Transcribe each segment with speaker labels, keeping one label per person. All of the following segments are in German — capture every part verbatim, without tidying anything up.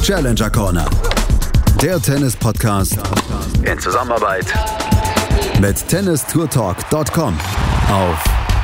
Speaker 1: Challenger Corner. Der Tennis-Podcast in Zusammenarbeit mit tennis tour talk punkt com auf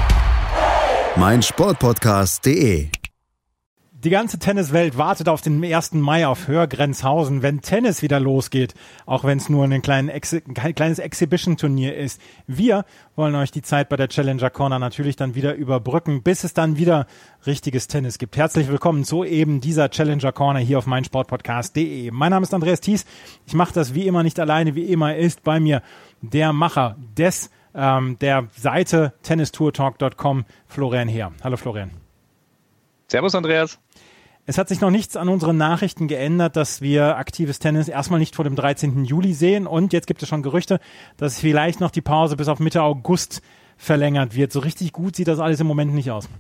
Speaker 1: meinsportpodcast punkt de.
Speaker 2: Die ganze Tenniswelt wartet auf den ersten Mai auf Höhr-Grenzhausen, wenn Tennis wieder losgeht, auch wenn es nur ein, kleinen Ex- ein kleines Exhibition-Turnier ist. Wir wollen euch die Zeit bei der Challenger Corner natürlich dann wieder überbrücken, bis es dann wieder richtiges Tennis gibt. Herzlich willkommen zu eben dieser Challenger Corner hier auf meinsportpodcast punkt de. Mein Name ist Andreas Thies. Ich mache das wie immer nicht alleine, wie immer ist bei mir der Macher des ähm, der Seite tennis tour talk punkt com, Florian Heer. Hallo Florian.
Speaker 3: Servus Andreas.
Speaker 2: Es hat sich noch nichts an unseren Nachrichten geändert, dass wir aktives Tennis erstmal nicht vor dem dreizehnten Juli sehen. Und jetzt gibt es schon Gerüchte, dass vielleicht noch die Pause bis auf Mitte August verlängert wird. So richtig gut sieht das alles im Moment nicht aus.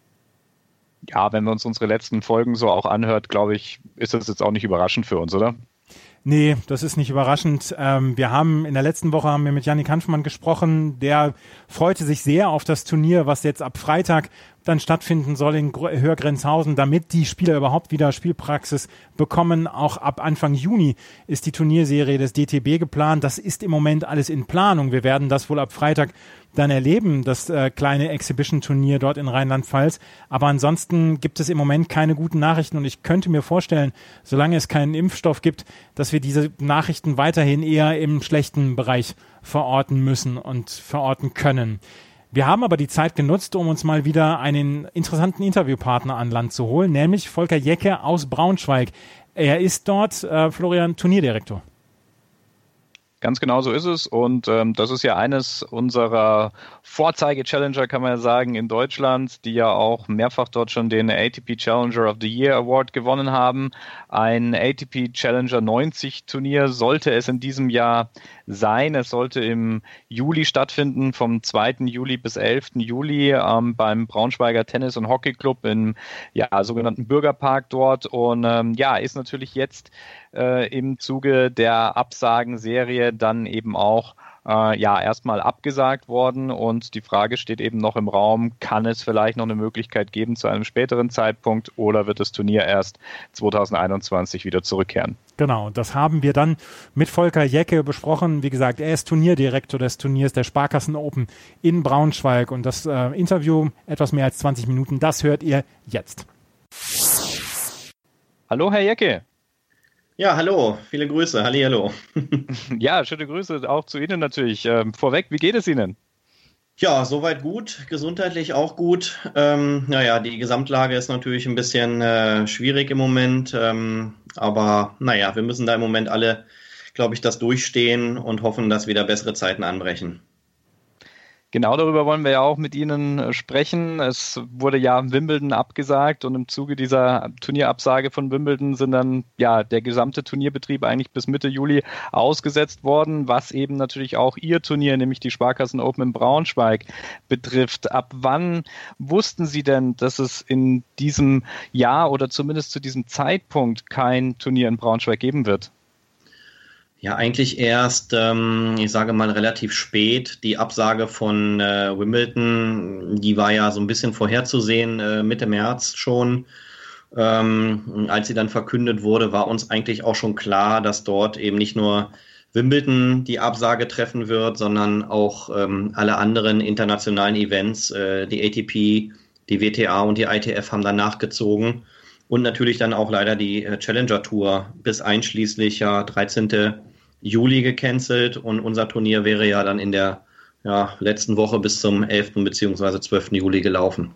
Speaker 3: Ja, wenn wir uns unsere letzten Folgen so auch anhört, glaube ich, ist das jetzt auch nicht überraschend für uns, oder?
Speaker 2: Nee, das ist nicht überraschend. Ähm, wir haben in der letzten Woche haben wir mit Jannik Hanfmann gesprochen. Der freute sich sehr auf das Turnier, was jetzt ab Freitag dann stattfinden soll in Höhr-Grenzhausen, damit die Spieler überhaupt wieder Spielpraxis bekommen. Auch ab Anfang Juni ist die Turnierserie des D T B geplant. Das ist im Moment alles in Planung. Wir werden das wohl ab Freitag dann erleben, das äh, kleine Exhibition-Turnier dort in Rheinland-Pfalz. Aber ansonsten gibt es im Moment keine guten Nachrichten und ich könnte mir vorstellen, solange es keinen Impfstoff gibt, dass wir diese Nachrichten weiterhin eher im schlechten Bereich verorten müssen und verorten können. Wir haben aber die Zeit genutzt, um uns mal wieder einen interessanten Interviewpartner an Land zu holen, nämlich Volker Jecke aus Braunschweig. Er ist dort, äh, Florian, Turnierdirektor.
Speaker 3: Ganz genau so ist es und ähm, das ist ja eines unserer Vorzeige-Challenger, kann man ja sagen, in Deutschland, die ja auch mehrfach dort schon den A T P Challenger of the Year Award gewonnen haben. Ein A T P Challenger neunzig Turnier sollte es in diesem Jahr sein. Es sollte im Juli stattfinden, vom zweiten Juli bis elften Juli ähm, beim Braunschweiger Tennis- und Hockeyclub im ja, sogenannten Bürgerpark dort und ähm, ja, ist natürlich jetzt äh, im Zuge der Absagenserie dann eben auch äh, ja erstmal abgesagt worden und die Frage steht eben noch im Raum, kann es vielleicht noch eine Möglichkeit geben zu einem späteren Zeitpunkt oder wird das Turnier erst zwanzig einundzwanzig wieder zurückkehren?
Speaker 2: Genau, das haben wir dann mit Volker Jecke besprochen. Wie gesagt, er ist Turnierdirektor des Turniers der Sparkassen Open in Braunschweig und das äh, Interview, etwas mehr als zwanzig Minuten, das hört ihr jetzt.
Speaker 3: Hallo Herr Jecke.
Speaker 4: Ja, hallo, viele Grüße, hallihallo.
Speaker 3: Ja, schöne Grüße auch zu Ihnen natürlich. Ähm, vorweg, wie geht es Ihnen?
Speaker 4: Ja, soweit gut, gesundheitlich auch gut. Ähm, naja, die Gesamtlage ist natürlich ein bisschen äh, schwierig im Moment, ähm, aber naja, wir müssen da im Moment alle, glaube ich, das durchstehen und hoffen, dass wieder bessere Zeiten anbrechen.
Speaker 3: Genau darüber wollen wir ja auch mit Ihnen sprechen. Es wurde ja Wimbledon abgesagt und im Zuge dieser Turnierabsage von Wimbledon sind dann ja der gesamte Turnierbetrieb eigentlich bis Mitte Juli ausgesetzt worden, was eben natürlich auch Ihr Turnier, nämlich die Sparkassen Open in Braunschweig betrifft. Ab wann wussten Sie denn, dass es in diesem Jahr oder zumindest zu diesem Zeitpunkt kein Turnier in Braunschweig geben wird?
Speaker 4: Ja, eigentlich erst, ähm, ich sage mal, relativ spät. Die Absage von äh, Wimbledon, die war ja so ein bisschen vorherzusehen, äh, Mitte März schon. Ähm, als sie dann verkündet wurde, war uns eigentlich auch schon klar, dass dort eben nicht nur Wimbledon die Absage treffen wird, sondern auch ähm, alle anderen internationalen Events. Äh, die A T P, die W T A und die I T F haben dann nachgezogen. Und natürlich dann auch leider die äh, Challenger Tour bis einschließlich ja dreizehnten Juli gecancelt und unser Turnier wäre ja dann in der ja, letzten Woche bis zum elften bzw. zwölften Juli gelaufen.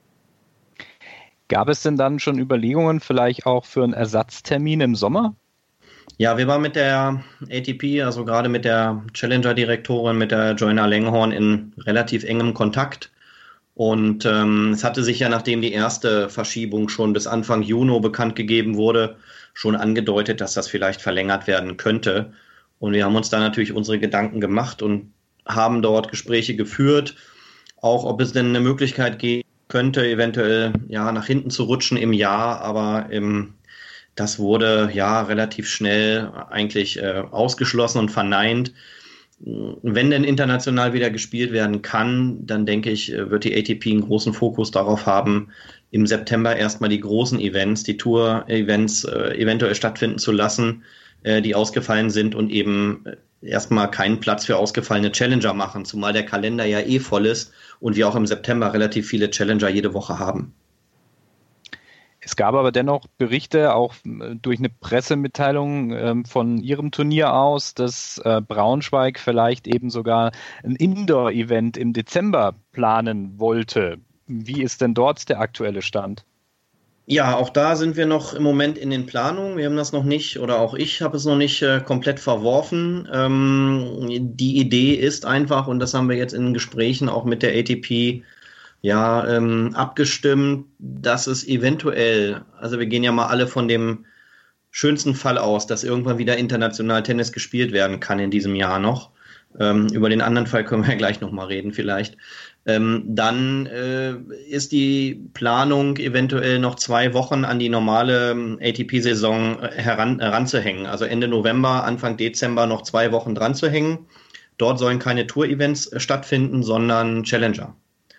Speaker 3: Gab es denn dann schon Überlegungen vielleicht auch für einen Ersatztermin im Sommer?
Speaker 4: Ja, wir waren mit der A T P, also gerade mit der Challenger-Direktorin, mit der Joanna Langhorn in relativ engem Kontakt. Und ähm, es hatte sich ja, nachdem die erste Verschiebung schon bis Anfang Juni bekannt gegeben wurde, schon angedeutet, dass das vielleicht verlängert werden könnte. Und wir haben uns da natürlich unsere Gedanken gemacht und haben dort Gespräche geführt, auch ob es denn eine Möglichkeit geben könnte, eventuell ja nach hinten zu rutschen im Jahr. Aber ähm, das wurde ja relativ schnell eigentlich äh, ausgeschlossen und verneint. wenn denn international wieder gespielt werden kann, dann denke ich, wird die A T P einen großen Fokus darauf haben, im September erstmal die großen Events, die Tour-Events äh, eventuell stattfinden zu lassen, äh, die ausgefallen sind und eben erstmal keinen Platz für ausgefallene Challenger machen, zumal der Kalender ja eh voll ist und wir auch im September relativ viele Challenger jede Woche haben.
Speaker 3: Es gab aber dennoch Berichte, auch durch eine Pressemitteilung ähm, von Ihrem Turnier aus, dass äh, Braunschweig vielleicht eben sogar ein Indoor-Event im Dezember planen wollte. Wie ist denn dort der aktuelle Stand?
Speaker 4: Ja, auch da sind wir noch im Moment in den Planungen. Wir haben das noch nicht, oder auch ich habe es noch nicht äh, komplett verworfen. Ähm, die Idee ist einfach, und das haben wir jetzt in Gesprächen auch mit der A T P ja, ähm, abgestimmt, dass es eventuell, also wir gehen ja mal alle von dem schönsten Fall aus, dass irgendwann wieder international Tennis gespielt werden kann in diesem Jahr noch. Ähm, über den anderen Fall können wir ja gleich nochmal reden vielleicht. Ähm, dann äh, ist die Planung eventuell noch zwei Wochen an die normale A T P-Saison heran, heranzuhängen. Also Ende November, Anfang Dezember noch zwei Wochen dran zu hängen. Dort sollen keine Tour-Events stattfinden, sondern Challenger.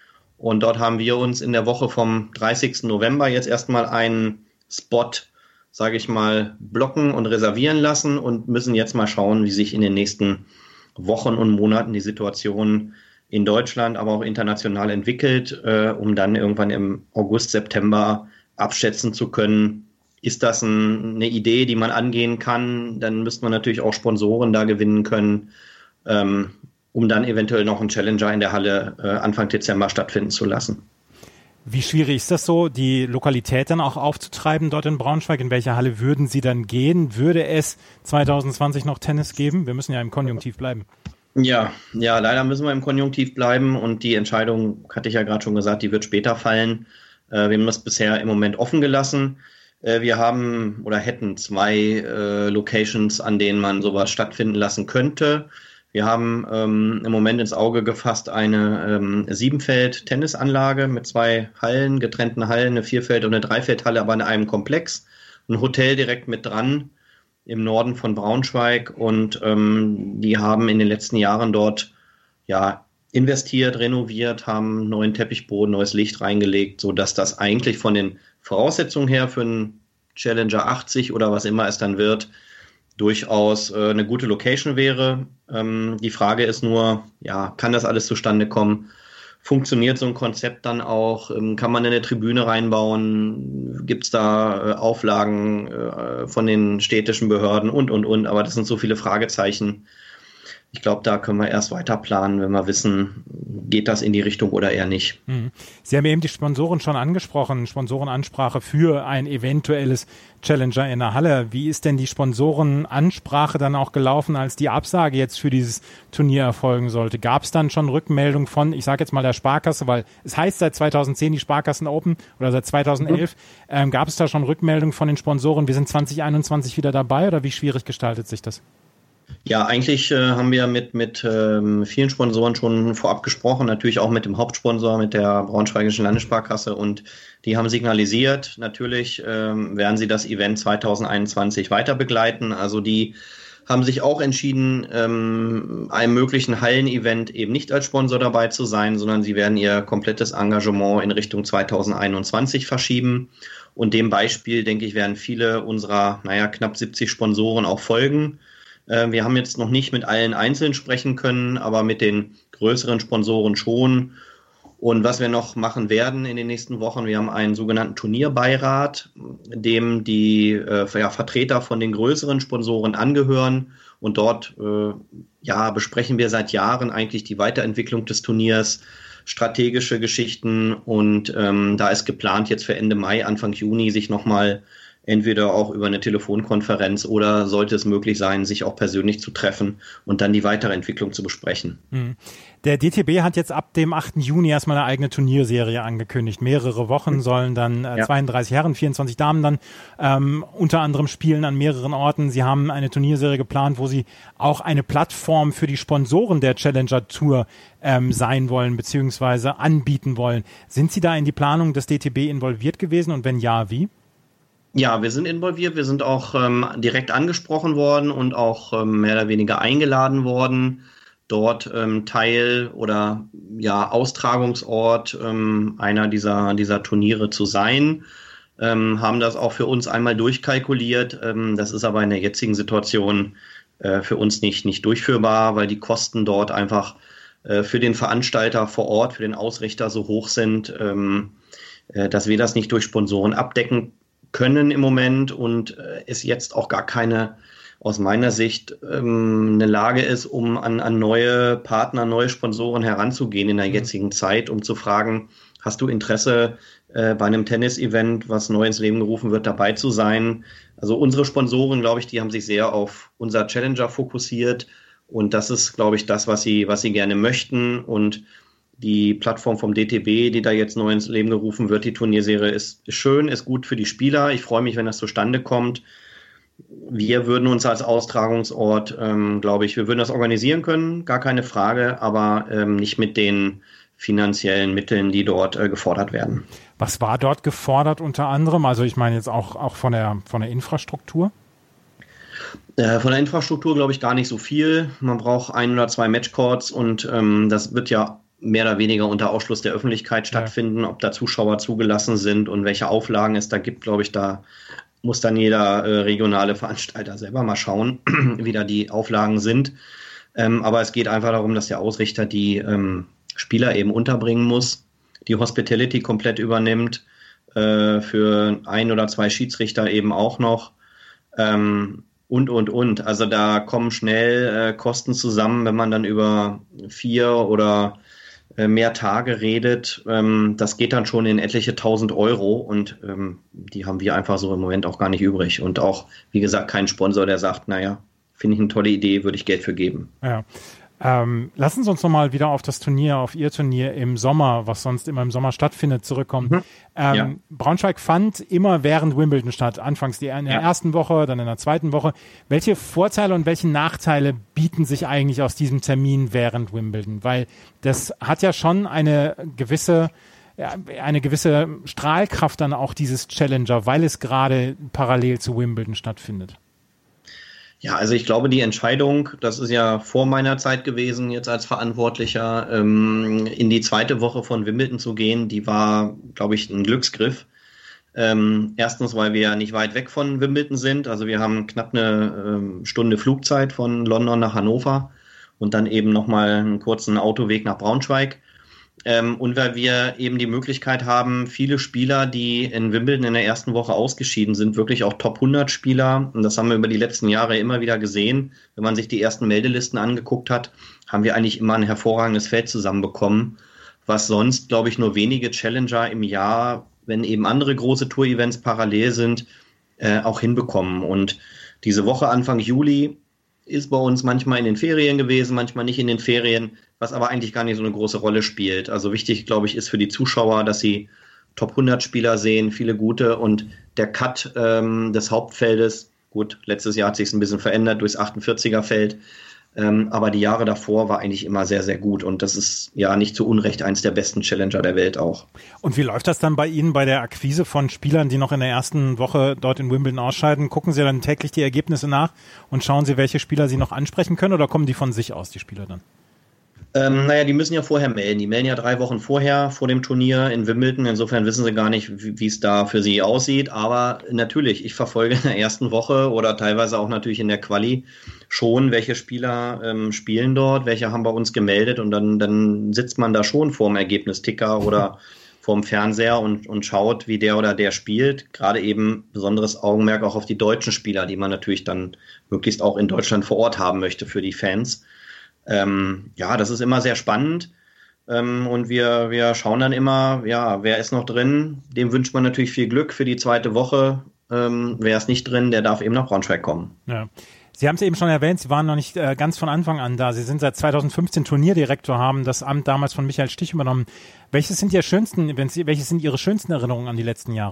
Speaker 4: Und dort haben wir uns in der Woche vom dreißigsten November jetzt erstmal einen Spot, sage ich mal, blocken und reservieren lassen und müssen jetzt mal schauen, wie sich in den nächsten Wochen und Monaten die Situation in Deutschland, aber auch international entwickelt, äh, um dann irgendwann im August, September abschätzen zu können, ist das ein, eine Idee, die man angehen kann. Dann müsste man natürlich auch Sponsoren da gewinnen können, ähm, um dann eventuell noch einen Challenger in der Halle äh, Anfang Dezember stattfinden zu lassen.
Speaker 2: Wie schwierig ist das so, die Lokalität dann auch aufzutreiben dort in Braunschweig? In welche Halle würden Sie dann gehen? Würde es zwanzig zwanzig noch Tennis geben? Wir müssen ja im Konjunktiv bleiben.
Speaker 4: Ja, ja, leider müssen wir im Konjunktiv bleiben und die Entscheidung, hatte ich ja gerade schon gesagt, die wird später fallen. Äh, wir haben das bisher im Moment offen gelassen. Äh, wir haben oder hätten zwei äh, Locations, an denen man sowas stattfinden lassen könnte. Wir haben ähm, im Moment ins Auge gefasst eine ähm, Siebenfeld-Tennisanlage mit zwei Hallen, getrennten Hallen, eine Vierfeld- und eine Dreifeldhalle, aber in einem Komplex. Ein Hotel direkt mit dran im Norden von Braunschweig und ähm, die haben in den letzten Jahren dort ja investiert, renoviert, haben neuen Teppichboden, neues Licht reingelegt, sodass das eigentlich von den Voraussetzungen her für einen Challenger achtzig oder was immer es dann wird, durchaus äh, eine gute Location wäre. Ähm, die Frage ist nur, ja, kann das alles zustande kommen? Funktioniert so ein Konzept dann auch? Ähm, kann man eine Tribüne reinbauen? Gibt es da äh, Auflagen äh, von den städtischen Behörden und, und, und? Aber das sind so viele Fragezeichen. Ich glaube, da können wir erst weiter planen, wenn wir wissen, geht das in die Richtung oder eher nicht.
Speaker 2: Sie haben eben die Sponsoren schon angesprochen, Sponsorenansprache für ein eventuelles Challenger in der Halle. Wie ist denn die Sponsorenansprache dann auch gelaufen, als die Absage jetzt für dieses Turnier erfolgen sollte? Gab es dann schon Rückmeldung von, ich sage jetzt mal der Sparkasse, weil es heißt seit zweitausendzehn die Sparkassen Open oder seit zweitausendelf, mhm. ähm, gab es da schon Rückmeldung von den Sponsoren, wir sind zwanzig einundzwanzig wieder dabei oder wie schwierig gestaltet sich das?
Speaker 4: Ja, eigentlich äh, haben wir mit, mit ähm, vielen Sponsoren schon vorab gesprochen, natürlich auch mit dem Hauptsponsor, mit der Braunschweigischen Landessparkasse und die haben signalisiert, natürlich ähm, werden sie das Event zwanzig einundzwanzig weiter begleiten, also die haben sich auch entschieden, ähm, einem möglichen Hallen-Event eben nicht als Sponsor dabei zu sein, sondern sie werden ihr komplettes Engagement in Richtung zwanzig einundzwanzig verschieben und dem Beispiel, denke ich, werden viele unserer, naja, knapp siebzig Sponsoren auch folgen. Wir haben jetzt noch nicht mit allen einzeln sprechen können, aber mit den größeren Sponsoren schon. Und was wir noch machen werden in den nächsten Wochen, wir haben einen sogenannten Turnierbeirat, dem die äh, ja, Vertreter von den größeren Sponsoren angehören. Und dort äh, ja, besprechen wir seit Jahren eigentlich die Weiterentwicklung des Turniers, strategische Geschichten. Und ähm, da ist geplant, jetzt für Ende Mai, Anfang Juni sich nochmal entweder auch über eine Telefonkonferenz oder sollte es möglich sein, sich auch persönlich zu treffen und dann die weitere Entwicklung zu besprechen.
Speaker 2: Der D T B hat jetzt ab dem achten Juni erstmal eine eigene Turnierserie angekündigt. Mehrere Wochen sollen dann äh, ja. zweiunddreißig Herren, vierundzwanzig Damen dann ähm, unter anderem spielen an mehreren Orten. Sie haben eine Turnierserie geplant, wo sie auch eine Plattform für die Sponsoren der Challenger Tour ähm, sein wollen beziehungsweise anbieten wollen. Sind Sie da in die Planung des D T B involviert gewesen und wenn ja, wie?
Speaker 4: Ja, wir sind involviert. Wir sind auch ähm, direkt angesprochen worden und auch ähm, mehr oder weniger eingeladen worden. dort ähm, Teil oder ja Austragungsort ähm, einer dieser, dieser Turniere zu sein. Ähm, haben das auch für uns einmal durchkalkuliert. Ähm, das ist aber in der jetzigen Situation äh, für uns nicht, nicht durchführbar, weil die Kosten dort einfach äh, für den Veranstalter vor Ort, für den Ausrichter so hoch sind, ähm, äh, dass wir das nicht durch Sponsoren abdecken können im Moment und äh, es jetzt auch gar keine, aus meiner Sicht, ähm, eine Lage ist, um an, an neue Partner, neue Sponsoren heranzugehen in der jetzigen Zeit, um zu fragen, hast du Interesse, äh, bei einem Tennis-Event, was neu ins Leben gerufen wird, dabei zu sein? Also unsere Sponsoren, glaube ich, die haben sich sehr auf unser Challenger fokussiert und das ist, glaube ich, das, was sie, was sie gerne möchten und die Plattform vom D T B, die da jetzt neu ins Leben gerufen wird, die Turnierserie ist, ist schön, ist gut für die Spieler. Ich freue mich, wenn das zustande kommt. Wir würden uns als Austragungsort, ähm, glaube ich, wir würden das organisieren können, gar keine Frage, aber ähm, nicht mit den finanziellen Mitteln, die dort äh, gefordert werden.
Speaker 2: Was war dort gefordert unter anderem? Also ich meine jetzt auch, auch von der, von der Infrastruktur?
Speaker 4: Äh, von der Infrastruktur glaube ich gar nicht so viel. Man braucht ein oder zwei Matchcourts und ähm, das wird ja mehr oder weniger unter Ausschluss der Öffentlichkeit stattfinden. Ja. Ob da Zuschauer zugelassen sind und welche Auflagen es da gibt, glaube ich, da muss dann jeder äh, regionale Veranstalter selber mal schauen, wie da die Auflagen sind. Ähm, aber es geht einfach darum, dass der Ausrichter die ähm, Spieler eben unterbringen muss, die Hospitality komplett übernimmt, äh, für ein oder zwei Schiedsrichter eben auch noch ähm, und, und, und. Also da kommen schnell äh, Kosten zusammen, wenn man dann über vier oder äh, mehr Tage redet. Ähm, das geht dann schon in etliche tausend Euro und ähm, die haben wir einfach so im Moment auch gar nicht übrig. Und auch, wie gesagt, kein Sponsor, der sagt, naja, finde ich eine tolle Idee, würde ich Geld für geben.
Speaker 2: Ja. Ähm, lassen Sie uns nochmal wieder auf das Turnier, auf Ihr Turnier im Sommer, was sonst immer im Sommer stattfindet, zurückkommen. Mhm. Ähm, ja. Braunschweig fand immer während Wimbledon statt. Anfangs die, in der ja. ersten Woche, dann in der zweiten Woche. Welche Vorteile und welche Nachteile bieten sich eigentlich aus diesem Termin während Wimbledon? Weil das hat ja schon eine gewisse, ja, eine gewisse Strahlkraft dann auch dieses Challenger, weil es gerade parallel zu Wimbledon stattfindet.
Speaker 4: Ja, also ich glaube, die Entscheidung, das ist ja vor meiner Zeit gewesen, jetzt als Verantwortlicher, ähm, in die zweite Woche von Wimbledon zu gehen, die war, glaube ich, ein Glücksgriff. Ähm, erstens, weil wir ja nicht weit weg von Wimbledon sind. Also wir haben knapp eine ähm, Stunde Flugzeit von London nach Hannover und dann eben nochmal einen kurzen Autoweg nach Braunschweig. Ähm, und weil wir eben die Möglichkeit haben, viele Spieler, die in Wimbledon in der ersten Woche ausgeschieden sind, wirklich auch Top hundert Spieler, und das haben wir über die letzten Jahre immer wieder gesehen, wenn man sich die ersten Meldelisten angeguckt hat, haben wir eigentlich immer ein hervorragendes Feld zusammenbekommen, was sonst, glaube ich, nur wenige Challenger im Jahr, wenn eben andere große Tour-Events parallel sind, äh, auch hinbekommen. Und diese Woche Anfang Juli ist bei uns manchmal in den Ferien gewesen, manchmal nicht in den Ferien, was aber eigentlich gar nicht so eine große Rolle spielt. Also wichtig, glaube ich, ist für die Zuschauer, dass sie Top hundert Spieler sehen, viele gute, und der Cut ähm, des Hauptfeldes, gut, letztes Jahr hat sich es ein bisschen verändert durchs achtundvierziger Feld, ähm, aber die Jahre davor war eigentlich immer sehr, sehr gut und das ist ja nicht zu Unrecht eins der besten Challenger der Welt auch.
Speaker 2: Und wie läuft das dann bei Ihnen bei der Akquise von Spielern, die noch in der ersten Woche dort in Wimbledon ausscheiden? Gucken Sie dann täglich die Ergebnisse nach und schauen Sie, welche Spieler Sie noch ansprechen können, oder kommen die von sich aus, die Spieler dann?
Speaker 4: Ähm, naja, die müssen ja vorher melden. Die melden ja drei Wochen vorher, vor dem Turnier in Wimbledon. Insofern wissen sie gar nicht, wie es da für sie aussieht. Aber natürlich, ich verfolge in der ersten Woche oder teilweise auch natürlich in der Quali schon, welche Spieler ähm, spielen dort, welche haben bei uns gemeldet. Und dann, dann sitzt man da schon vorm Ergebnisticker oder vorm Fernseher und, und schaut, wie der oder der spielt. Gerade eben besonderes Augenmerk auch auf die deutschen Spieler, die man natürlich dann möglichst auch in Deutschland vor Ort haben möchte für die Fans. Ähm, ja, das ist immer sehr spannend ähm, und wir, wir schauen dann immer, ja, wer ist noch drin, dem wünscht man natürlich viel Glück für die zweite Woche, ähm, wer ist nicht drin, der darf eben nach Braunschweig kommen.
Speaker 2: Ja. Sie haben es eben schon erwähnt, Sie waren noch nicht äh, ganz von Anfang an da, Sie sind seit zweitausendfünfzehn Turnierdirektor, haben das Amt damals von Michael Stich übernommen. Welches sind Ihre schönsten, wenn Sie, welches sind Ihre schönsten Erinnerungen an die letzten Jahre?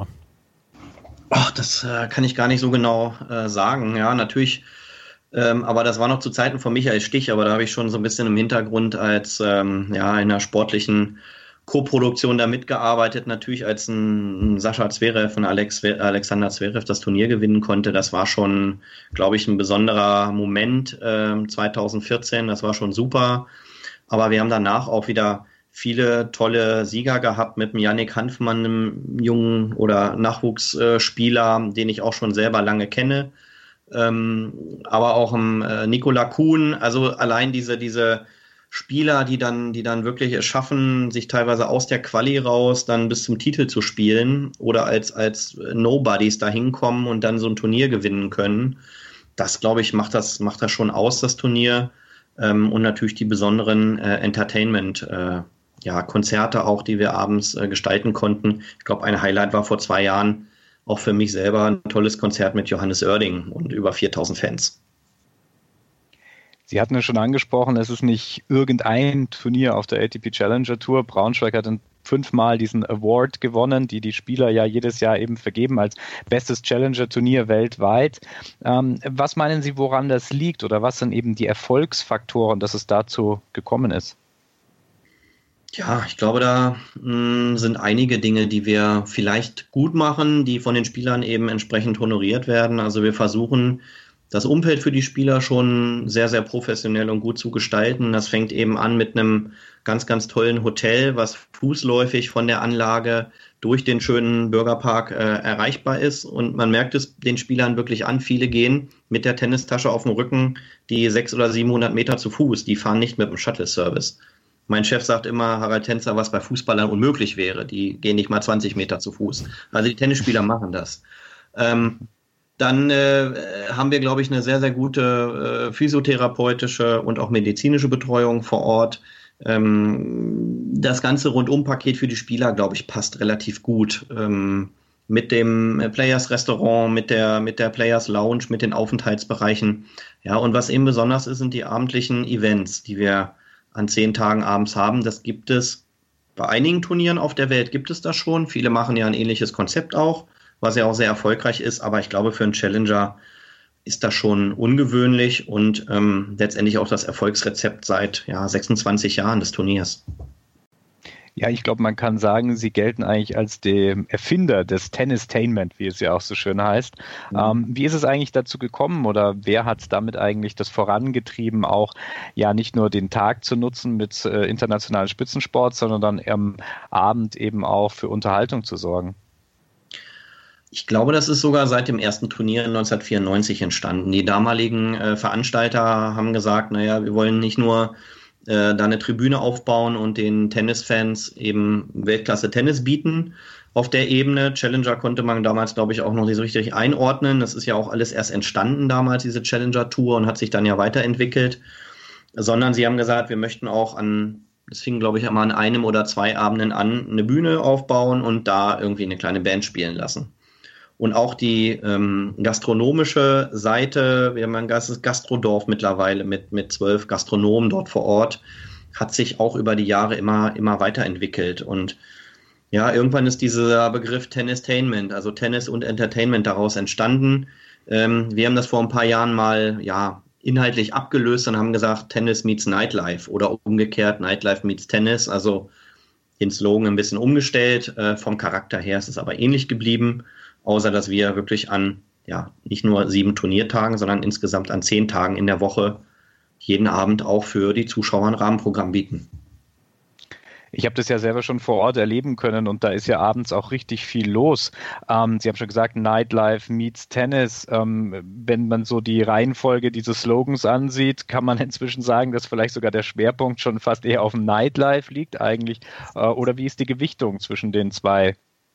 Speaker 4: Ach, das äh, kann ich gar nicht so genau äh, sagen, ja, natürlich. Ähm, aber das war noch zu Zeiten von Michael Stich, aber da habe ich schon so ein bisschen im Hintergrund als ähm, ja in einer sportlichen Co-Produktion da mitgearbeitet, natürlich als ein, ein Sascha Zverev und Alex, Alexander Zverev das Turnier gewinnen konnte. Das war schon, glaube ich, ein besonderer Moment äh, zwanzig vierzehn, das war schon super. Aber wir haben danach auch wieder viele tolle Sieger gehabt mit dem Yannick Hanfmann, einem jungen oder Nachwuchsspieler, den ich auch schon selber lange kenne. Ähm, aber auch im äh, Nikola Kuhn, also allein diese, diese Spieler, die dann, die dann wirklich es schaffen, sich teilweise aus der Quali raus dann bis zum Titel zu spielen oder als, als Nobodies da hinkommen und dann so ein Turnier gewinnen können. Das, glaube ich, macht das, macht das schon aus, das Turnier. Ähm, und natürlich die besonderen äh, Entertainment, äh, ja, Konzerte auch, die wir abends äh, gestalten konnten. Ich glaube, ein Highlight war vor zwei Jahren auch für mich selber ein tolles Konzert mit Johannes Oerding und über viertausend Fans.
Speaker 3: Sie hatten ja schon angesprochen, es ist nicht irgendein Turnier auf der A T P Challenger Tour. Braunschweig hat dann fünfmal diesen Award gewonnen, die die Spieler ja jedes Jahr eben vergeben als bestes Challenger-Turnier weltweit. Ähm, was meinen Sie, woran das liegt oder was sind eben die Erfolgsfaktoren, dass es dazu gekommen ist?
Speaker 4: Ja, ich glaube, da mh, sind einige Dinge, die wir vielleicht gut machen, die von den Spielern eben entsprechend honoriert werden. Also wir versuchen, das Umfeld für die Spieler schon sehr, sehr professionell und gut zu gestalten. Das fängt eben an mit einem ganz, ganz tollen Hotel, was fußläufig von der Anlage durch den schönen Bürgerpark äh, erreichbar ist. Und man merkt es den Spielern wirklich an. Viele gehen mit der Tennistasche auf dem Rücken die sechshundert oder siebenhundert Meter zu Fuß. Die fahren nicht mit dem Shuttle-Service. Mein Chef sagt immer, Harald Tenzer, was bei Fußballern unmöglich wäre. Die gehen nicht mal zwanzig Meter zu Fuß. Also die Tennisspieler machen das. Ähm, Dann äh, haben wir, glaube ich, eine sehr, sehr gute äh, physiotherapeutische und auch medizinische Betreuung vor Ort. Ähm, das ganze Rundumpaket für die Spieler, glaube ich, passt relativ gut. Ähm, mit dem Players Restaurant, mit der, mit der Players Lounge, mit den Aufenthaltsbereichen. Ja, und was eben besonders ist, sind die abendlichen Events, die wir an zehn Tagen abends haben. Das gibt es bei einigen Turnieren auf der Welt, gibt es das schon. Viele machen ja ein ähnliches Konzept auch, was ja auch sehr erfolgreich ist, aber ich glaube, für einen Challenger ist das schon ungewöhnlich und ähm, letztendlich auch das Erfolgsrezept seit ja, sechsundzwanzig Jahren des Turniers.
Speaker 3: Ja, ich glaube, man kann sagen, Sie gelten eigentlich als der Erfinder des Tennistainment, wie es ja auch so schön heißt. Mhm. Ähm, wie ist es eigentlich dazu gekommen oder wer hat damit eigentlich das vorangetrieben, auch ja nicht nur den Tag zu nutzen mit äh, internationalen Spitzensport, sondern dann am Abend eben auch für Unterhaltung zu sorgen?
Speaker 4: Ich glaube, das ist sogar seit dem ersten Turnier neunzehnhundertvierundneunzig entstanden. Die damaligen äh, Veranstalter haben gesagt, naja, wir wollen nicht nur äh, da eine Tribüne aufbauen und den Tennisfans eben Weltklasse-Tennis bieten auf der Ebene. Challenger konnte man damals, glaube ich, auch noch nicht so richtig einordnen. Das ist ja auch alles erst entstanden damals, diese Challenger-Tour, und hat sich dann ja weiterentwickelt. Sondern sie haben gesagt, wir möchten auch an, das fing, glaube ich, immer an einem oder zwei Abenden an, eine Bühne aufbauen und da irgendwie eine kleine Band spielen lassen. Und auch die ähm, gastronomische Seite, wir haben ein Gastrodorf mittlerweile mit, mit zwölf Gastronomen dort vor Ort, hat sich auch über die Jahre immer, immer weiterentwickelt. Und ja, irgendwann ist dieser Begriff Tennistainment, also Tennis und Entertainment, daraus entstanden. Ähm, wir haben das vor ein paar Jahren mal ja inhaltlich abgelöst und haben gesagt, Tennis meets Nightlife oder umgekehrt, Nightlife meets Tennis. Also den Slogan ein bisschen umgestellt. Äh, vom Charakter her ist es aber ähnlich geblieben. Außer dass wir wirklich an, ja, nicht nur sieben Turniertagen, sondern insgesamt an zehn Tagen in der Woche jeden Abend auch für die Zuschauer ein Rahmenprogramm bieten.
Speaker 3: Ich habe das ja selber schon vor Ort erleben können und da ist ja abends auch richtig viel los. Ähm, Sie haben schon gesagt, Nightlife meets Tennis. Ähm, wenn man so die Reihenfolge dieses Slogans ansieht, kann man inzwischen sagen, dass vielleicht sogar der Schwerpunkt schon fast eher auf dem Nightlife liegt eigentlich. Äh, oder wie ist die Gewichtung zwischen den zwei?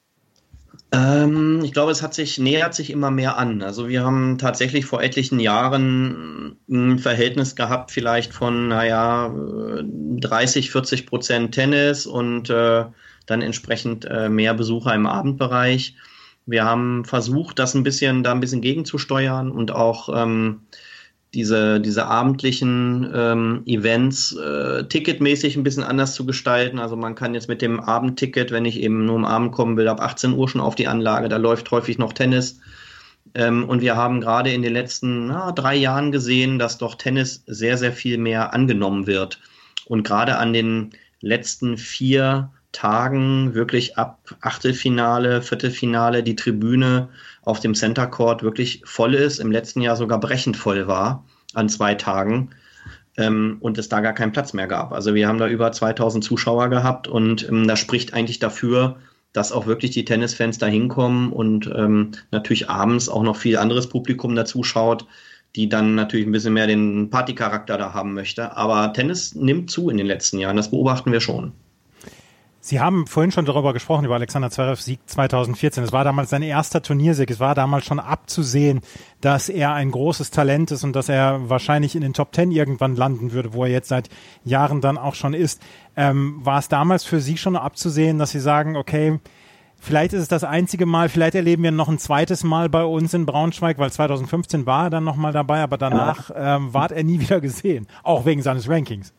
Speaker 4: Ähm, ich glaube, es hat sich, nähert sich immer mehr an. Also wir haben tatsächlich vor etlichen Jahren ein Verhältnis gehabt, vielleicht von, naja, dreißig, vierzig Prozent Tennis und äh, dann entsprechend äh, mehr Besucher im Abendbereich. Wir haben versucht, das ein bisschen, da ein bisschen gegenzusteuern und auch ähm, diese, diese abendlichen ähm, Events äh, ticketmäßig ein bisschen anders zu gestalten. Also man kann jetzt mit dem Abendticket, wenn ich eben nur am Abend kommen will, ab achtzehn Uhr schon auf die Anlage, da läuft häufig noch Tennis. Ähm, und wir haben gerade in den letzten na, drei Jahren gesehen, dass doch Tennis sehr, sehr viel mehr angenommen wird. Und gerade an den letzten vier Tagen wirklich ab Achtelfinale, Viertelfinale die Tribüne auf dem Center Court wirklich voll ist, im letzten Jahr sogar brechend voll war an zwei Tagen ähm, und es da gar keinen Platz mehr gab. Also wir haben da über zweitausend Zuschauer gehabt und ähm, das spricht eigentlich dafür, dass auch wirklich die Tennisfans da hinkommen und ähm, natürlich abends auch noch viel anderes Publikum dazu schaut, die dann natürlich ein bisschen mehr den Partycharakter da haben möchte. Aber Tennis nimmt zu in den letzten Jahren, das beobachten wir schon.
Speaker 2: Sie haben vorhin schon darüber gesprochen, über Alexander Zverevs Sieg zweitausendvierzehn. Es war damals sein erster Turniersieg. Es war damals schon abzusehen, dass er ein großes Talent ist und dass er wahrscheinlich in den Top Ten irgendwann landen würde, wo er jetzt seit Jahren dann auch schon ist. Ähm, war es damals für Sie schon abzusehen, dass Sie sagen, okay, vielleicht ist es das einzige Mal, vielleicht erleben wir noch ein zweites Mal bei uns in Braunschweig, weil zweitausendfünfzehn war er dann nochmal dabei, aber danach ähm, ward er nie wieder gesehen, auch wegen seines Rankings.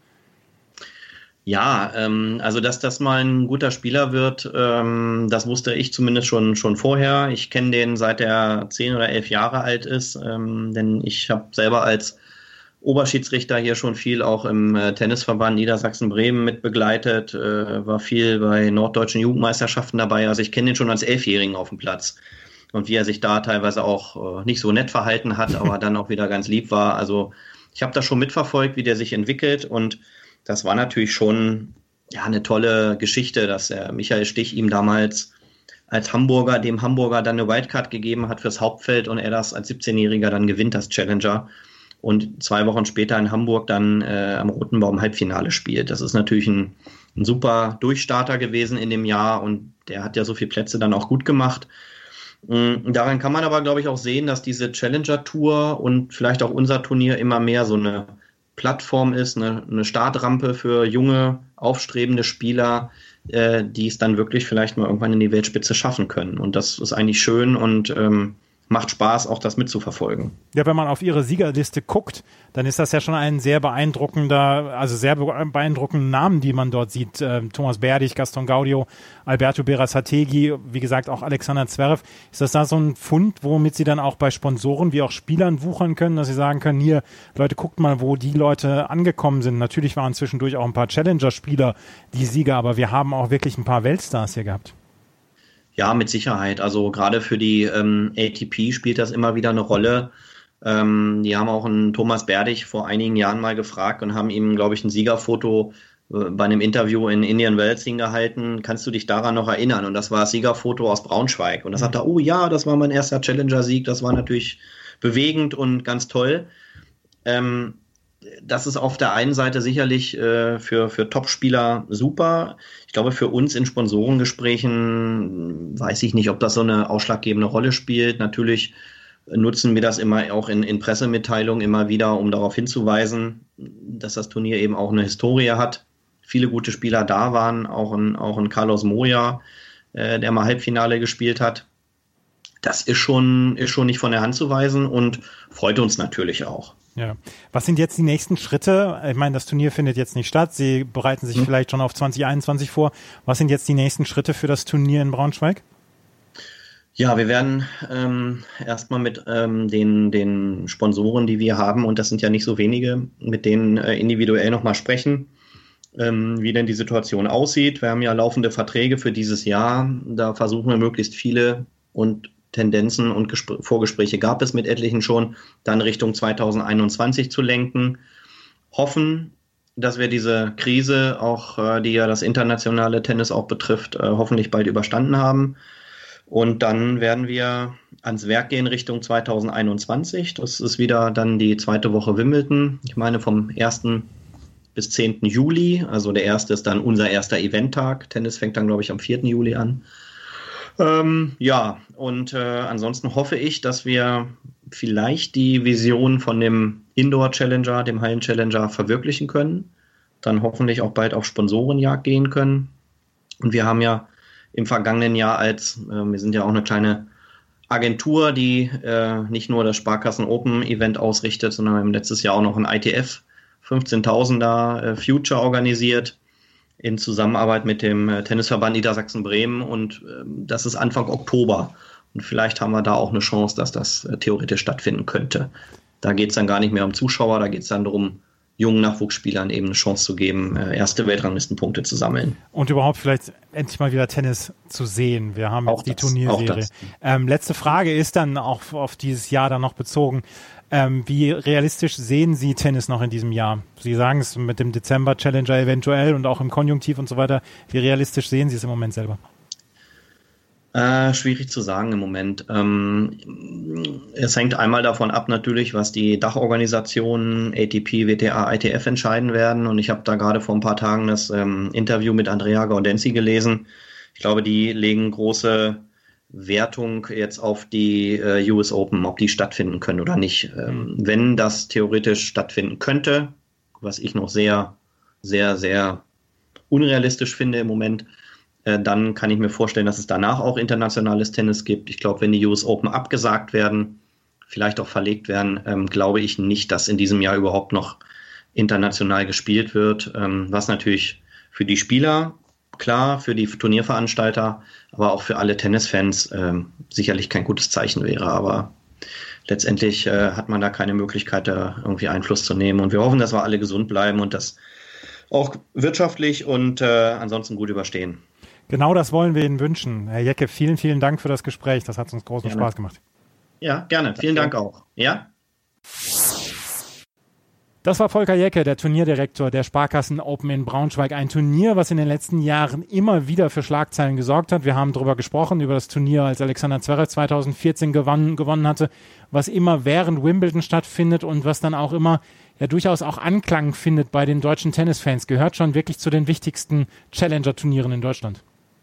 Speaker 4: Ja, ähm, also dass das mal ein guter Spieler wird, ähm, das wusste ich zumindest schon schon vorher. Ich kenne den seit er zehn oder elf Jahre alt ist, ähm, denn ich habe selber als Oberschiedsrichter hier schon viel auch im äh, Tennisverband Niedersachsen-Bremen mit begleitet, äh, war viel bei norddeutschen Jugendmeisterschaften dabei. Also ich kenne den schon als Elfjährigen auf dem Platz. Und wie er sich da teilweise auch äh, nicht so nett verhalten hat, aber dann auch wieder ganz lieb war. Also ich habe das schon mitverfolgt, wie der sich entwickelt und das war natürlich schon ja eine tolle Geschichte, dass der Michael Stich ihm damals als Hamburger, dem Hamburger dann eine Wildcard gegeben hat fürs Hauptfeld und er das als siebzehnjähriger dann gewinnt, das Challenger. Und zwei Wochen später in Hamburg dann äh, am Roten Baum Halbfinale spielt. Das ist natürlich ein, ein super Durchstarter gewesen in dem Jahr und der hat ja so viele Plätze dann auch gut gemacht. Und daran kann man aber, glaube ich, auch sehen, dass diese Challenger-Tour und vielleicht auch unser Turnier immer mehr so eine Plattform ist, eine, eine Startrampe für junge, aufstrebende Spieler, äh, die es dann wirklich vielleicht mal irgendwann in die Weltspitze schaffen können. Und das ist eigentlich schön und ähm, macht Spaß, auch das mitzuverfolgen.
Speaker 2: Ja, wenn man auf Ihre Siegerliste guckt, dann ist das ja schon ein sehr beeindruckender, also sehr beeindruckenden Namen, die man dort sieht. Ähm, Thomas Berdych, Gaston Gaudio, Alberto Berasategui, wie gesagt auch Alexander Zverev. Ist das da so ein Fund, womit Sie dann auch bei Sponsoren wie auch Spielern wuchern können, dass Sie sagen können, hier, Leute, guckt mal, wo die Leute angekommen sind. Natürlich waren zwischendurch auch ein paar Challenger-Spieler die Sieger, aber wir haben auch wirklich ein paar Weltstars hier gehabt.
Speaker 4: Ja, mit Sicherheit. Also gerade für die ähm, A T P spielt das immer wieder eine Rolle. Ähm, die haben auch einen Thomas Berdych vor einigen Jahren mal gefragt und haben ihm, glaube ich, ein Siegerfoto äh, bei einem Interview in Indian Wells hingehalten. Kannst du dich daran noch erinnern? Und das war das Siegerfoto aus Braunschweig. Und da sagt er, oh ja, das war mein erster Challenger-Sieg. Das war natürlich bewegend und ganz toll. Ähm, Das ist auf der einen Seite sicherlich äh, für, für Top-Spieler super. Ich glaube, für uns in Sponsorengesprächen weiß ich nicht, ob das so eine ausschlaggebende Rolle spielt. Natürlich nutzen wir das immer auch in, in Pressemitteilungen immer wieder, um darauf hinzuweisen, dass das Turnier eben auch eine Historie hat. Viele gute Spieler da waren, auch ein, auch ein Carlos Moya, äh, der mal Halbfinale gespielt hat. Das ist schon, ist schon nicht von der Hand zu weisen und freut uns natürlich auch.
Speaker 2: Ja. Was sind jetzt die nächsten Schritte? Ich meine, das Turnier findet jetzt nicht statt. Sie bereiten sich hm. vielleicht schon auf zwanzig einundzwanzig vor. Was sind jetzt die nächsten Schritte für das Turnier in Braunschweig?
Speaker 4: Ja, wir werden ähm, erstmal mit ähm, den, den Sponsoren, die wir haben, und das sind ja nicht so wenige, mit denen äh, individuell nochmal sprechen, ähm, wie denn die Situation aussieht. Wir haben ja laufende Verträge für dieses Jahr. Da versuchen wir möglichst viele und Tendenzen und Gespr- Vorgespräche gab es mit etlichen schon, dann Richtung zwanzig einundzwanzig zu lenken. Hoffen, dass wir diese Krise, auch äh, die ja das internationale Tennis auch betrifft, äh, hoffentlich bald überstanden haben. Und dann werden wir ans Werk gehen Richtung zwanzig einundzwanzig. Das ist wieder dann die zweite Woche Wimbledon. Ich meine vom ersten bis zehnten Juli. Also der erste ist dann unser erster Eventtag. Tennis fängt dann, glaube ich, am vierten Juli an. Ähm, ja, und äh, ansonsten hoffe ich, dass wir vielleicht die Vision von dem Indoor-Challenger, dem Hallen-Challenger verwirklichen können. Dann hoffentlich auch bald auf Sponsorenjagd gehen können. Und wir haben ja im vergangenen Jahr als, äh, wir sind ja auch eine kleine Agentur, die äh, nicht nur das Sparkassen Open Event ausrichtet, sondern wir haben letztes Jahr auch noch ein I T F fünfzehntausender äh, Future organisiert, in Zusammenarbeit mit dem Tennisverband Niedersachsen-Bremen und äh, das ist Anfang Oktober. Und vielleicht haben wir da auch eine Chance, dass das äh, theoretisch stattfinden könnte. Da geht es dann gar nicht mehr um Zuschauer, da geht es dann darum, jungen Nachwuchsspielern eben eine Chance zu geben, erste Weltranglistenpunkte zu sammeln.
Speaker 2: Und überhaupt vielleicht endlich mal wieder Tennis zu sehen. Wir haben
Speaker 4: auch
Speaker 2: jetzt die
Speaker 4: das,
Speaker 2: Turnierserie. Ähm, letzte Frage ist dann auch auf dieses Jahr dann noch bezogen. Ähm, wie realistisch sehen Sie Tennis noch in diesem Jahr? Sie sagen es mit dem Dezember Challenger eventuell und auch im Konjunktiv und so weiter. Wie realistisch sehen Sie es im Moment selber?
Speaker 4: Äh, schwierig zu sagen im Moment. Ähm, es hängt einmal davon ab natürlich, was die Dachorganisationen A T P, W T A, I T F entscheiden werden. Und ich habe da gerade vor ein paar Tagen das ähm, Interview mit Andrea Gaudenzi gelesen. Ich glaube, die legen große Wertung jetzt auf die äh, U S Open, ob die stattfinden können oder nicht. Ähm, wenn das theoretisch stattfinden könnte, was ich noch sehr, sehr, sehr unrealistisch finde im Moment, dann kann ich mir vorstellen, dass es danach auch internationales Tennis gibt. Ich glaube, wenn die U S Open abgesagt werden, vielleicht auch verlegt werden, ähm, glaube ich nicht, dass in diesem Jahr überhaupt noch international gespielt wird, ähm, was natürlich für die Spieler, klar, für die Turnierveranstalter, aber auch für alle Tennisfans ähm, sicherlich kein gutes Zeichen wäre. Aber letztendlich äh, hat man da keine Möglichkeit, da irgendwie Einfluss zu nehmen. Und wir hoffen, dass wir alle gesund bleiben und das auch wirtschaftlich und äh, ansonsten gut überstehen.
Speaker 2: Genau das wollen wir Ihnen wünschen. Herr Jecke, vielen, vielen Dank für das Gespräch. Das hat uns großen
Speaker 4: gerne.
Speaker 2: Spaß gemacht.
Speaker 4: Ja, gerne. Vielen Dank auch. Ja?
Speaker 2: Das war Volker Jecke, der Turnierdirektor der Sparkassen Open in Braunschweig. Ein Turnier, was in den letzten Jahren immer wieder für Schlagzeilen gesorgt hat. Wir haben darüber gesprochen, über das Turnier, als Alexander Zverev zweitausendvierzehn gewonnen, gewonnen hatte, was immer während Wimbledon stattfindet und was dann auch immer ja durchaus auch Anklang findet bei den deutschen Tennisfans. Gehört schon wirklich zu den wichtigsten Challenger-Turnieren in Deutschland.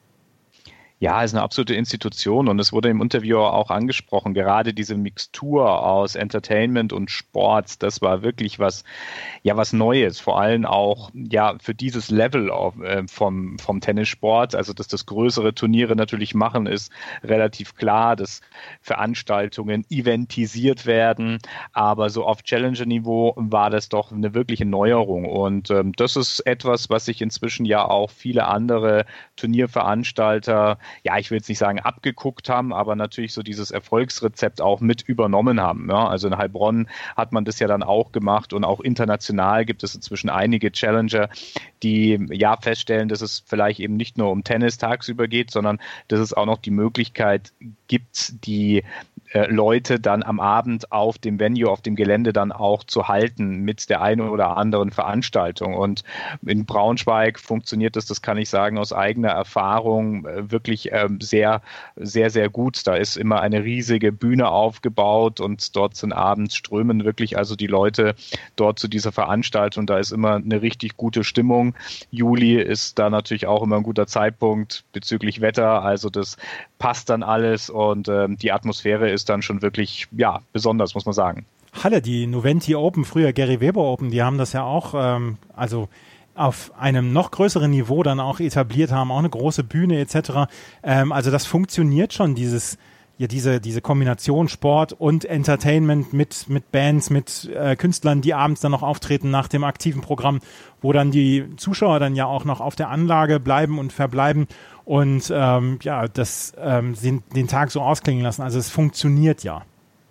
Speaker 3: Ja, ist eine absolute Institution und es wurde im Interview auch angesprochen, gerade diese Mixtur aus Entertainment und Sport, das war wirklich was, ja, was Neues, vor allem auch, ja, für dieses Level auf, äh, vom, vom Tennissport, also, dass das größere Turniere natürlich machen, ist relativ klar, dass Veranstaltungen eventisiert werden, aber so auf Challenger-Niveau war das doch eine wirkliche Neuerung und ähm, das ist etwas, was sich inzwischen ja auch viele andere Turnierveranstalter, ja, ich will jetzt nicht sagen abgeguckt haben, aber natürlich so dieses Erfolgsrezept auch mit übernommen haben. Ja. Also in Heilbronn hat man das ja dann auch gemacht und auch international gibt es inzwischen einige Challenger, die ja feststellen, dass es vielleicht eben nicht nur um Tennis tagsüber geht, sondern dass es auch noch die Möglichkeit gibt, die äh, Leute dann am Abend auf dem Venue, auf dem Gelände dann auch zu halten mit der einen oder anderen Veranstaltung. Und in Braunschweig funktioniert das, das kann ich sagen, aus eigener Erfahrung äh, wirklich sehr, sehr, sehr gut. Da ist immer eine riesige Bühne aufgebaut und dort sind abends strömen wirklich also die Leute dort zu dieser Veranstaltung. Da ist immer eine richtig gute Stimmung. Juli ist da natürlich auch immer ein guter Zeitpunkt bezüglich Wetter. Also das passt dann alles und ähm, die Atmosphäre ist dann schon wirklich, ja, besonders, muss man sagen.
Speaker 2: Halle, die Noventi Open, früher Gary Weber Open, die haben das ja auch, ähm, also auf einem noch größeren Niveau dann auch etabliert haben, auch eine große Bühne et cetera. Ähm, also das funktioniert schon, dieses, ja, diese, diese Kombination Sport und Entertainment mit, mit Bands, mit äh, Künstlern, die abends dann noch auftreten nach dem aktiven Programm, wo dann die Zuschauer dann ja auch noch auf der Anlage bleiben und verbleiben und ähm, ja, das ähm, den, den Tag so ausklingen lassen. Also es funktioniert ja.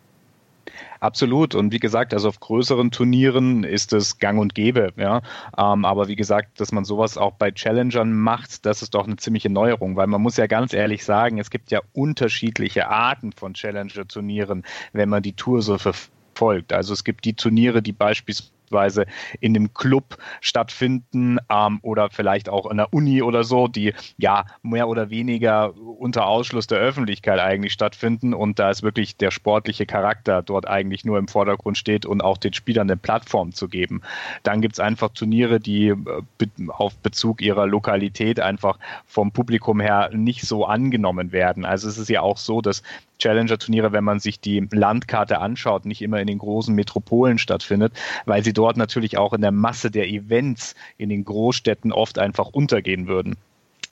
Speaker 3: Absolut. Und wie gesagt, also auf größeren Turnieren ist es gang und gäbe. Ja. Ähm, aber wie gesagt, dass man sowas auch bei Challengern macht, das ist doch eine ziemliche Neuerung, weil man muss ja ganz ehrlich sagen, es gibt ja unterschiedliche Arten von Challenger-Turnieren, wenn man die Tour so verfolgt. Also es gibt die Turniere, die beispielsweise in einem Club stattfinden ähm, oder vielleicht auch in der Uni oder so, die ja mehr oder weniger unter Ausschluss der Öffentlichkeit eigentlich stattfinden und da ist wirklich der sportliche Charakter dort eigentlich nur im Vordergrund steht und auch den Spielern eine Plattform zu geben. Dann gibt es einfach Turniere, die äh, auf Bezug ihrer Lokalität einfach vom Publikum her nicht so angenommen werden. Also es ist ja auch so, dass Challenger-Turniere, wenn man sich die Landkarte anschaut, nicht immer in den großen Metropolen stattfindet, weil sie dort natürlich auch in der Masse der Events in den Großstädten oft einfach untergehen würden.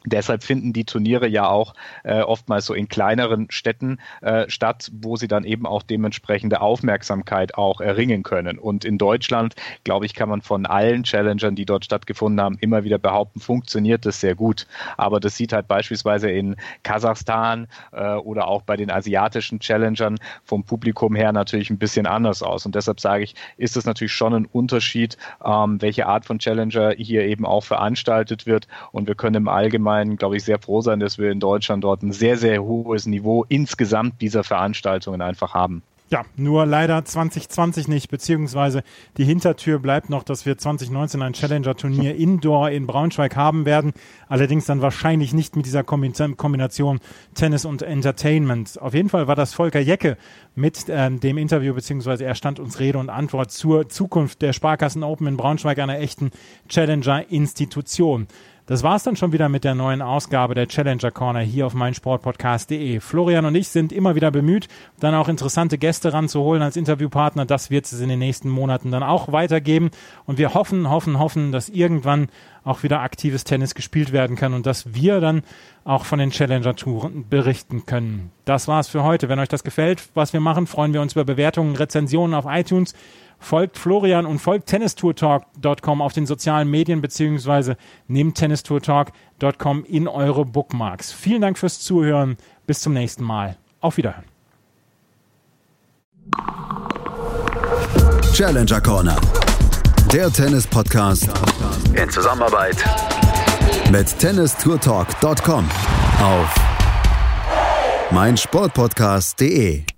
Speaker 3: Deshalb finden die Turniere ja auch äh, oftmals so in kleineren Städten äh, statt, wo sie dann eben auch dementsprechende Aufmerksamkeit auch erringen können. Und in Deutschland, glaube ich, kann man von allen Challengern, die dort stattgefunden haben, immer wieder behaupten, funktioniert das sehr gut. Aber das sieht halt beispielsweise in Kasachstan äh, oder auch bei den asiatischen Challengern vom Publikum her natürlich ein bisschen anders aus. Und deshalb sage ich, ist es natürlich schon ein Unterschied, ähm, welche Art von Challenger hier eben auch veranstaltet wird. Und wir können im Allgemeinen, glaube ich, sehr froh sein, dass wir in Deutschland dort ein sehr, sehr hohes Niveau insgesamt dieser Veranstaltungen einfach haben.
Speaker 2: Ja, nur leider zwanzig zwanzig nicht, beziehungsweise die Hintertür bleibt noch, dass wir zwanzig neunzehn ein Challenger-Turnier Indoor in Braunschweig haben werden. Allerdings dann wahrscheinlich nicht mit dieser Kombination Tennis und Entertainment. Auf jeden Fall war das Volker Jecke mit ähm, dem Interview, beziehungsweise er stand uns Rede und Antwort zur Zukunft der Sparkassen Open in Braunschweig, einer echten Challenger-Institution. Das war's dann schon wieder mit der neuen Ausgabe der Challenger Corner hier auf meinsportpodcast punkt de. Florian und ich sind immer wieder bemüht, dann auch interessante Gäste ranzuholen als Interviewpartner. Das wird es in den nächsten Monaten dann auch weitergeben. Und wir hoffen, hoffen, hoffen, dass irgendwann auch wieder aktives Tennis gespielt werden kann und dass wir dann auch von den Challenger-Touren berichten können. Das war's für heute. Wenn euch das gefällt, was wir machen, freuen wir uns über Bewertungen, Rezensionen auf iTunes. Folgt Florian und folgt tennistourtalk punkt com auf den sozialen Medien beziehungsweise nehmt tennistourtalk punkt com in eure Bookmarks. Vielen Dank fürs Zuhören. Bis zum nächsten Mal. Auf Wiederhören.
Speaker 1: Challenger Corner, der Tennis-Podcast in Zusammenarbeit mit tennistourtalk punkt com auf meinsportpodcast punkt de.